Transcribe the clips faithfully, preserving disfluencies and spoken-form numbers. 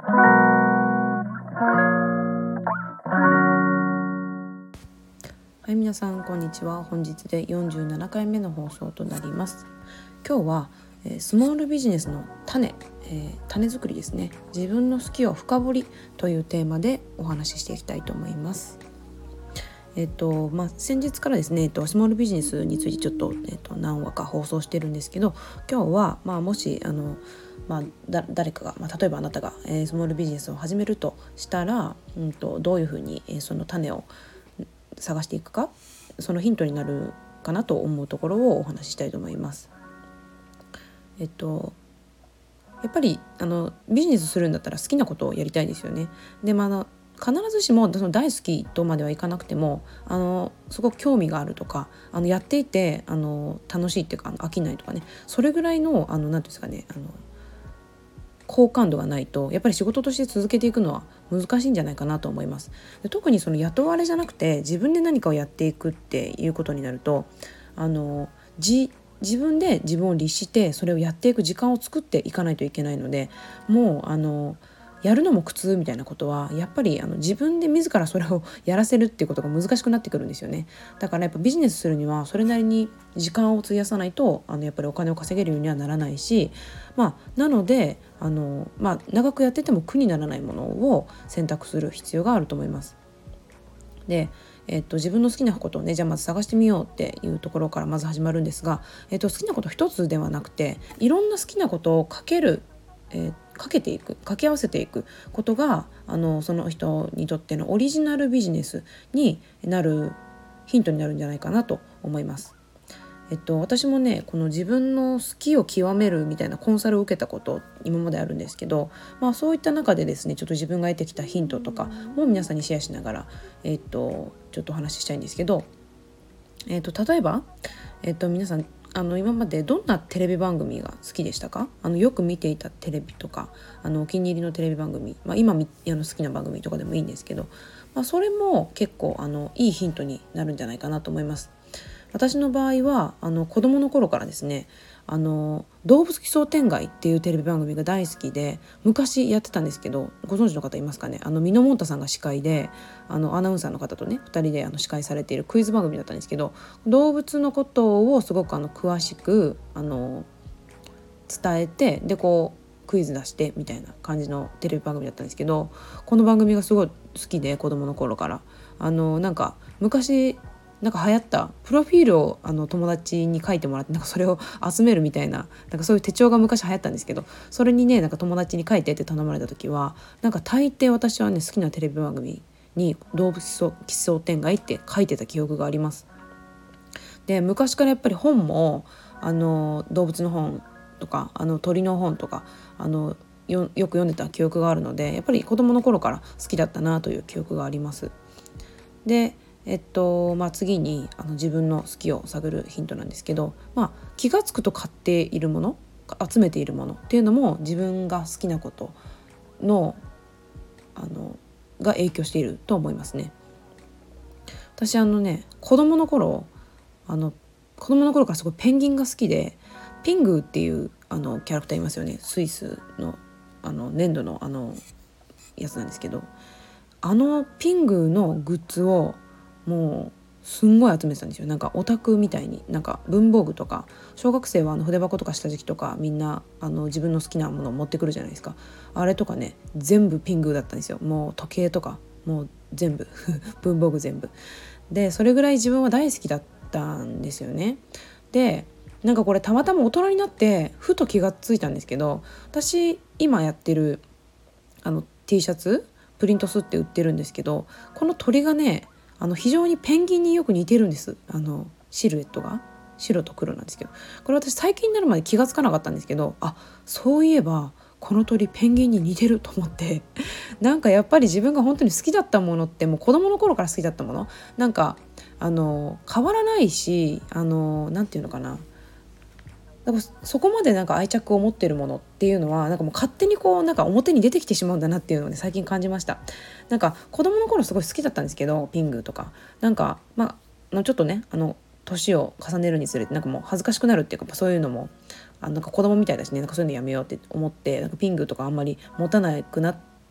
はい、皆さんこんにちは。本日でよんじゅうななかいめの放送となります。今日は、えー、スモールビジネスの種、えー、種作りですね。自分の好きを深掘りというテーマでお話ししていきたいと思います。えっとまあ、先日からですね、えっと、スモールビジネスについてちょっと、えっと、何話か放送してるんですけど、今日は、まあ、もしあの、まあ、だ誰かが、まあ、例えばあなたが、えー、スモールビジネスを始めるとしたら、うんと、どういうふうに、えー、その種を探していくか、そのヒントになるかなと思うところをお話ししたいと思います。えっとやっぱりあのビジネスするんだったら好きなことをやりたいですよね。で、まあ、あの必ずしもその大好きとまではいかなくても、あのすごく興味があるとか、あのやっていてあの楽しいっていうか、あの飽きないとかね、それぐらいのあのなんていうんですかね、あの好感度がないとやっぱり仕事として続けていくのは難しいんじゃないかなと思います。で、特にその雇われじゃなくて自分で何かをやっていくっていうことになると、あの自自分で自分を律してそれをやっていく時間を作っていかないといけないので、もうあのやるのも苦痛みたいなことはやっぱりあの自分で自らそれをやらせるっていうことが難しくなってくるんですよね。だからやっぱビジネスするにはそれなりに時間を費やさないと、あのやっぱりお金を稼げるようにはならないし、まあ、なのであの、まあ、長くやってても苦にならないものを選択する必要があると思います。で、えっと、自分の好きなことをね、じゃあまず探してみようっていうところからまず始まるんですが、えっと、好きなこと一つではなくて、いろんな好きなことをかける、えーかけていく、掛け合わせていくことが、あのその人にとってのオリジナルビジネスになるヒントになるんじゃないかなと思います。えっと、私もね、この自分の好きを極めるみたいなコンサルを受けたこと今まであるんですけど、まあ、そういった中でですね、ちょっと自分が得てきたヒントとかも皆さんにシェアしながら、えっと、ちょっとお話ししたいんですけど、えっと、例えば、えっと、皆さんあの今までどんなテレビ番組が好きでしたか？あのよく見ていたテレビとか、あのお気に入りのテレビ番組、まあ、今みあの好きな番組とかでもいいんですけど、まあ、それも結構あのいいヒントになるんじゃないかなと思います。私の場合はあの子供の頃からですね、あの動物奇想天外っていうテレビ番組が大好きで、昔やってたんですけど、ご存知の方いますかね。あのミノモンタさんが司会で、あのアナウンサーの方とねふたりであの司会されているクイズ番組だったんですけど、動物のことをすごくあの詳しくあの伝えて、でこうクイズ出してみたいな感じのテレビ番組だったんですけど、この番組がすごい好きで、子供の頃からあのなんか昔なんか流行ったプロフィールをあの友達に書いてもらって、なんかそれを集めるみたいな、なんかそういう手帳が昔流行ったんですけど、それにねなんか友達に書いてって頼まれた時は、なんか大抵私はね好きなテレビ番組に動物奇想天外って書いてた記憶があります。で、昔からやっぱり本もあの動物の本とかあの鳥の本とかあの よ, よく読んでた記憶があるので、やっぱり子供の頃から好きだったなという記憶があります。で、えっとまあ、次にあの自分の好きを探るヒントなんですけど、まあ、気がつくと買っているもの、集めているものっていうのも自分が好きなことの、あのが影響していると思いますね。私あのね子供の頃あの子供の頃からすごいペンギンが好きで、ピングーっていうあのキャラクターいますよね。スイスのあの粘土のあのやつなんですけど、あのピングーのグッズをもうすんごい集めてたんですよ。なんかオタクみたいに、なんか文房具とか、小学生はあの筆箱とか下敷きとかみんなあの自分の好きなものを持ってくるじゃないですか。あれとかね全部ピングーだったんですよ。もう時計とかもう全部文房具全部で、それぐらい自分は大好きだったんですよね。で、なんかこれたまたま大人になってふと気がついたんですけど、私今やってるあの T シャツプリントスって売ってるんですけど、この鳥がねあの非常にペンギンによく似てるんです。あのシルエットが白と黒なんですけど、これ私最近になるまで気がつかなかったんですけど、あ、そういえばこの鳥ペンギンに似てると思ってなんかやっぱり自分が本当に好きだったものって、もう子供の頃から好きだったもの、なんかあの変わらないし、あのなんていうのかな、だからそこまでなんか愛着を持ってるものっていうのは、なんかもう勝手にこうなんか表に出てきてしまうんだなっていうのをね最近感じました。なんか子供の頃すごい好きだったんですけど、ピングとかなんかまあちょっとねあの年を重ねるにつれてなんかもう恥ずかしくなるっていうか、そういうのもあなんか子供みたいだしね、なんかそういうのやめようって思って、なんかピングとかあんまり持たなくなっ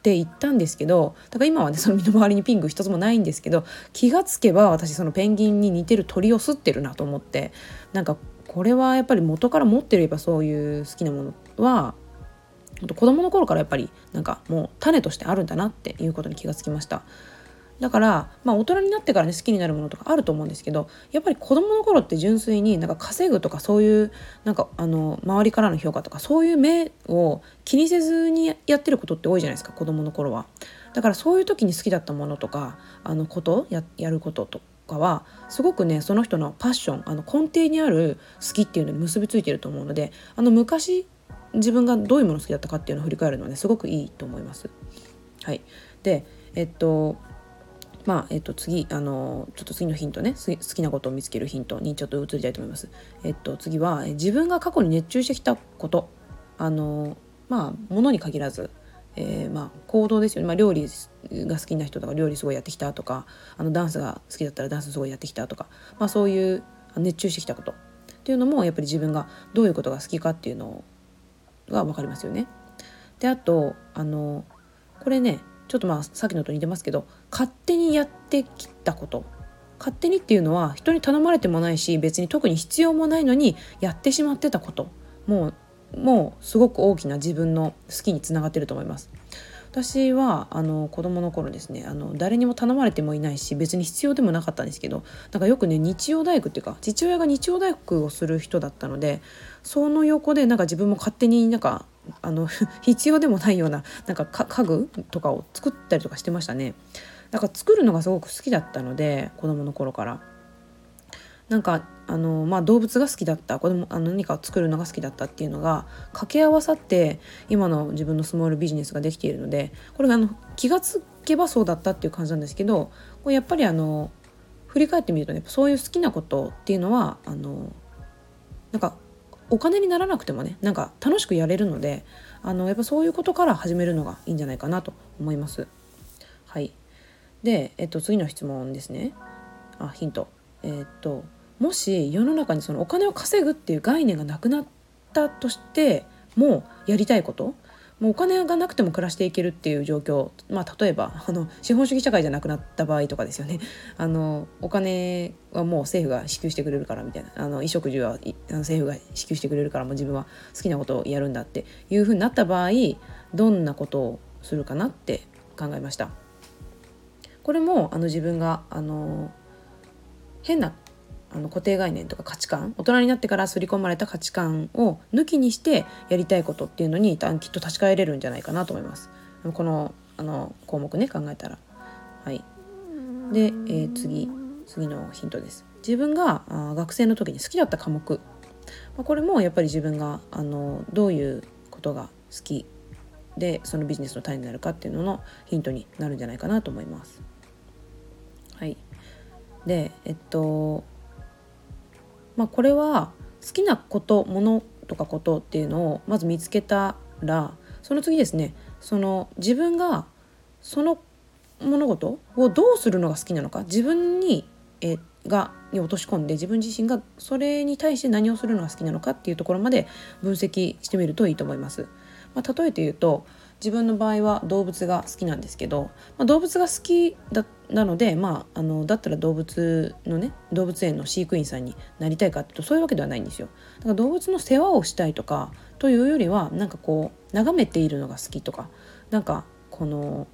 って言ったんですけど、だから今はねその身の回りにピンク一つもないんですけど、気がつけば私そのペンギンに似てる鳥を吸ってるなと思って、なんかこれはやっぱり元から持ってればそういう好きなものは子供の頃からやっぱりなんかもう種としてあるんだなっていうことに気がつきました。だからまあ大人になってからね好きになるものとかあると思うんですけど、やっぱり子供の頃って純粋になんか稼ぐとかそういうなんかあの周りからの評価とかそういう目を気にせずにやってることって多いじゃないですか、子供の頃は。だからそういう時に好きだったものとかあのことや、やることとかはすごくねその人のパッション、あの根底にある好きっていうのに結びついてると思うので、あの昔自分がどういうもの好きだったかっていうのを振り返るのはねすごくいいと思います。はい。でえっとまあえっと、次あのちょっと次のヒントね、好きなことを見つけるヒントにちょっと移りたいと思います。えっと、次は自分が過去に熱中してきたこと、あのまあ物に限らず、えー、まあ行動ですよね、まあ、料理が好きな人とか料理すごいやってきたとか、あのダンスが好きだったらダンスすごいやってきたとか、まあ、そういう熱中してきたことっていうのもやっぱり自分がどういうことが好きかっていうのが分かりますよね。であとあのこれねちょっとまあさっきのと似てますけど、勝手にやってきたこと、勝手にっていうのは人に頼まれてもないし別に特に必要もないのにやってしまってたこと、もうもうすごく大きな自分の好きにつながってると思います。私はあの子供の頃ですね、あの誰にも頼まれてもいないし別に必要でもなかったんですけど、なんかよくね日曜大工っていうか父親が日曜大工をする人だったので、その横でなんか自分も勝手になんかあの必要でもないようななんか家具とかを作ったりとかしてましたね。だから作るのがすごく好きだったので子供の頃からなんかあの、まあ、動物が好きだった、子供あの何かを作るのが好きだったっていうのが掛け合わさって今の自分のスモールビジネスができているので、これがあの気がつけばそうだったっていう感じなんですけど、これやっぱりあの振り返ってみるとね、そういう好きなことっていうのはあのなんかお金にならなくてもねなんか楽しくやれるので、あのやっぱそういうことから始めるのがいいんじゃないかなと思います。はい。で、えっと、次の質問ですね。あヒント、えっともし世の中にそのお金を稼ぐっていう概念がなくなったとしてもやりたいこと、もうお金がなくても暮らしていけるっていう状況、まあ、例えばあの資本主義社会じゃなくなった場合とかですよね。あのお金はもう政府が支給してくれるからみたいな、あの衣食住は政府が支給してくれるからもう自分は好きなことをやるんだっていう風になった場合、どんなことをするかなって考えました。これもあの自分があの変なあの固定概念とか価値観、大人になってから刷り込まれた価値観を抜きにしてやりたいことっていうのにきっと立ち返れるんじゃないかなと思います。この、あの項目ね考えたら。はい。で、えー、次次のヒントです。自分があ学生の時に好きだった科目、まあ、これもやっぱり自分があのどういうことが好きでそのビジネスの種になるかっていうののヒントになるんじゃないかなと思います。はい。でえっとまあこれは好きなこと、ものとかことっていうのをまず見つけたら、その次ですね、その自分がその物事をどうするのが好きなのか、自分にえがに落とし込んで自分自身がそれに対して何をするのが好きなのかっていうところまで分析してみるといいと思います。まあ、例えて言うと自分の場合は動物が好きなんですけど、まあ、動物が好きだなので、まあ、あのだったら動物のね動物園の飼育員さんになりたいかっていうとそういうわけではないんですよ。だから動物の世話をしたいとかというよりはなんかこう眺めているのが好きとか、なんかこの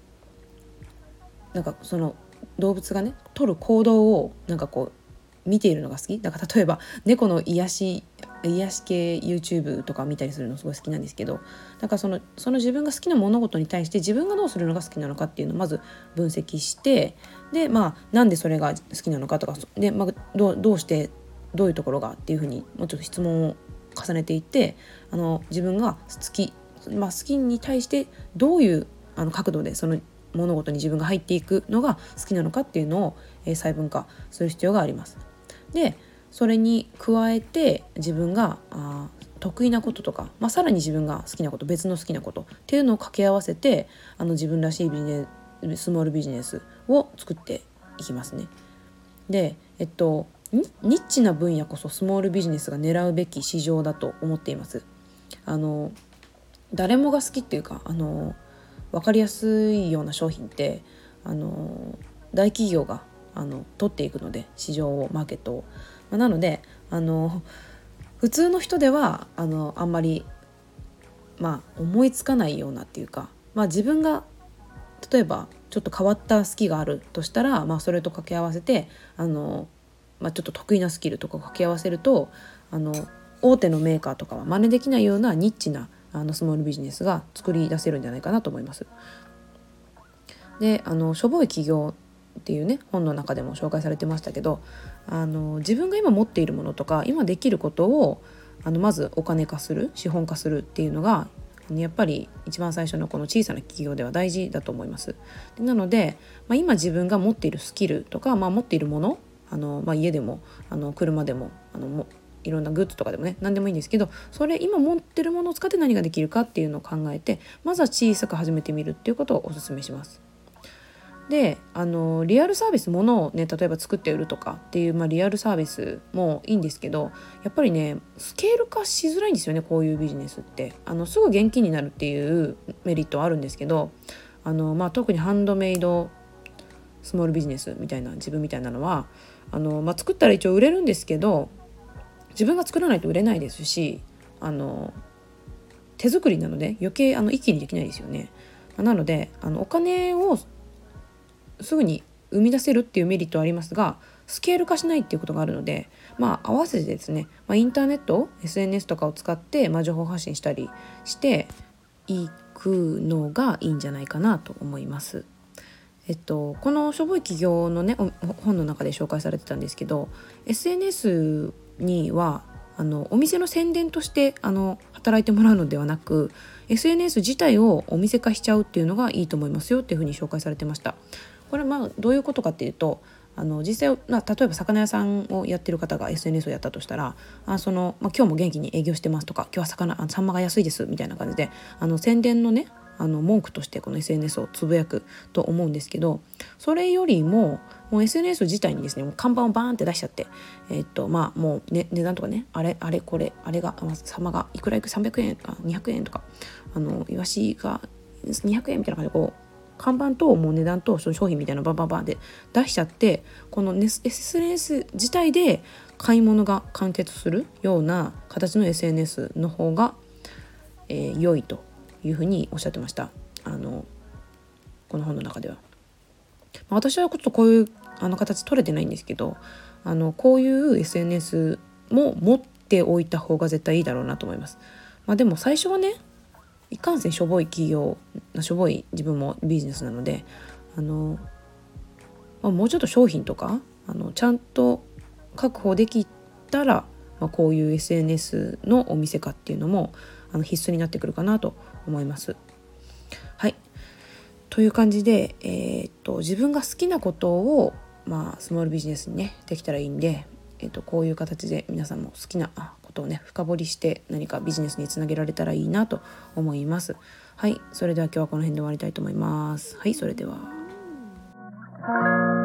なんかその動物がね取る行動をなんかこう見ているのが好き。だから例えば猫の癒し癒し系 YouTube とか見たりするのすごい好きなんですけど、だからそのその自分が好きな物事に対して自分がどうするのが好きなのかっていうのをまず分析して、でまあなんでそれが好きなのかとかで、まあ、どう、どうしてどういうところがっていうふうにもうちょっと質問を重ねていって、あの自分が好き、まあ、好きに対してどういうあの角度でその物事に自分が入っていくのが好きなのかっていうのを、えー、細分化する必要があります。でそれに加えて自分があ得意なこととか、まあ、さらに自分が好きなこと、別の好きなことっていうのを掛け合わせてあの自分らしいビジネススモールビジネスを作っていきますね。でえっとニッチな分野こそスモールビジネスが狙うべき市場だと思っています。あの誰もが好きっていうかあの分かりやすいような商品ってあの大企業があの取っていくので、市場をマーケットを、まあ、なのであの普通の人ではあのあんまり、まあ、思いつかないようなっていうか、まあ、自分が例えばちょっと変わった好きがあるとしたら、まあ、それと掛け合わせてあの、まあ、ちょっと得意なスキルとかを掛け合わせるとあの大手のメーカーとかは真似できないようなニッチなあのスモールビジネスが作り出せるんじゃないかなと思います。であのしょぼい企業っていうね本の中でも紹介されてましたけど、あの自分が今持っているものとか今できることをあのまずお金化する、資本化するっていうのがやっぱり一番最初のこの小さな企業では大事だと思います。でなので、まあ、今自分が持っているスキルとか、まあ、持っているもの、あの、まあ、家でもあの車でもあのもいろんなグッズとかでもね何でもいいんですけど、それ今持ってるものを使って何ができるかっていうのを考えて、まずは小さく始めてみるっていうことをお勧めします。であのリアルサービスものをね例えば作って売るとかっていう、まあ、リアルサービスもいいんですけど、やっぱりねスケール化しづらいんですよね。こういうビジネスってあのすぐ現金になるっていうメリットはあるんですけど、あの、まあ、特にハンドメイドスモールビジネスみたいな自分みたいなのはあの、まあ、作ったら一応売れるんですけど、自分が作らないと売れないですし、あの手作りなので余計あの一気にできないですよね。なのであのお金をすぐに生み出せるっていうメリットはありますが、スケール化しないっていうことがあるので、まあ合わせてですね、まあ、インターネット エスエヌエス とかを使って、まあ、情報発信したりしていくのがいいんじゃないかなと思います。えっと、このしょぼい企業のね本の中で紹介されてたんですけど、 エスエヌエス にはあのお店の宣伝としてあの働いてもらうのではなく エスエヌエス 自体をお店化しちゃうっていうのがいいと思いますよっていうふうに紹介されてました。これはまあどういうことかっていうと、あの実際、まあ、例えば魚屋さんをやってる方が エスエヌエス をやったとしたら、あその、まあ、今日も元気に営業してますとか、今日は魚あサンマが安いですみたいな感じであの宣伝のねあの文句としてこの エスエヌエス をつぶやくと思うんですけど、それよりももう エスエヌエス 自体にですねもう看板をバーンって出しちゃって、えーっとまあもう、ね、値段とかねあれあれこれあれがサンマがいくらいくさんびゃくえんあにひゃくえんとか、あのイワシがにひゃくえんみたいな感じでこう看板ともう値段とその商品みたいなバンバンバンで出しちゃって、この エスエヌエス 自体で買い物が完結するような形の エスエヌエス の方が、えー、良いというふうにおっしゃってました。あのこの本の中では、まあ、私はちょっとこういうあの形取れてないんですけど、あのこういう エスエヌエス も持っておいた方が絶対いいだろうなと思います。まあ、でも最初はねいかんせんしょぼい企業しょぼい自分もビジネスなので、あの、まあ、もうちょっと商品とかあのちゃんと確保できたら、まあ、こういう エスエヌエス のお店化っていうのもあの必須になってくるかなと思います。はい、という感じで、えー、っと自分が好きなことを、まあ、スモールビジネスにねできたらいいんで、えー、っとこういう形で皆さんも好きなことをね深掘りして何かビジネスにつなげられたらいいなと思います。はい、それでは今日はこの辺で終わりたいと思います。はい、それでは。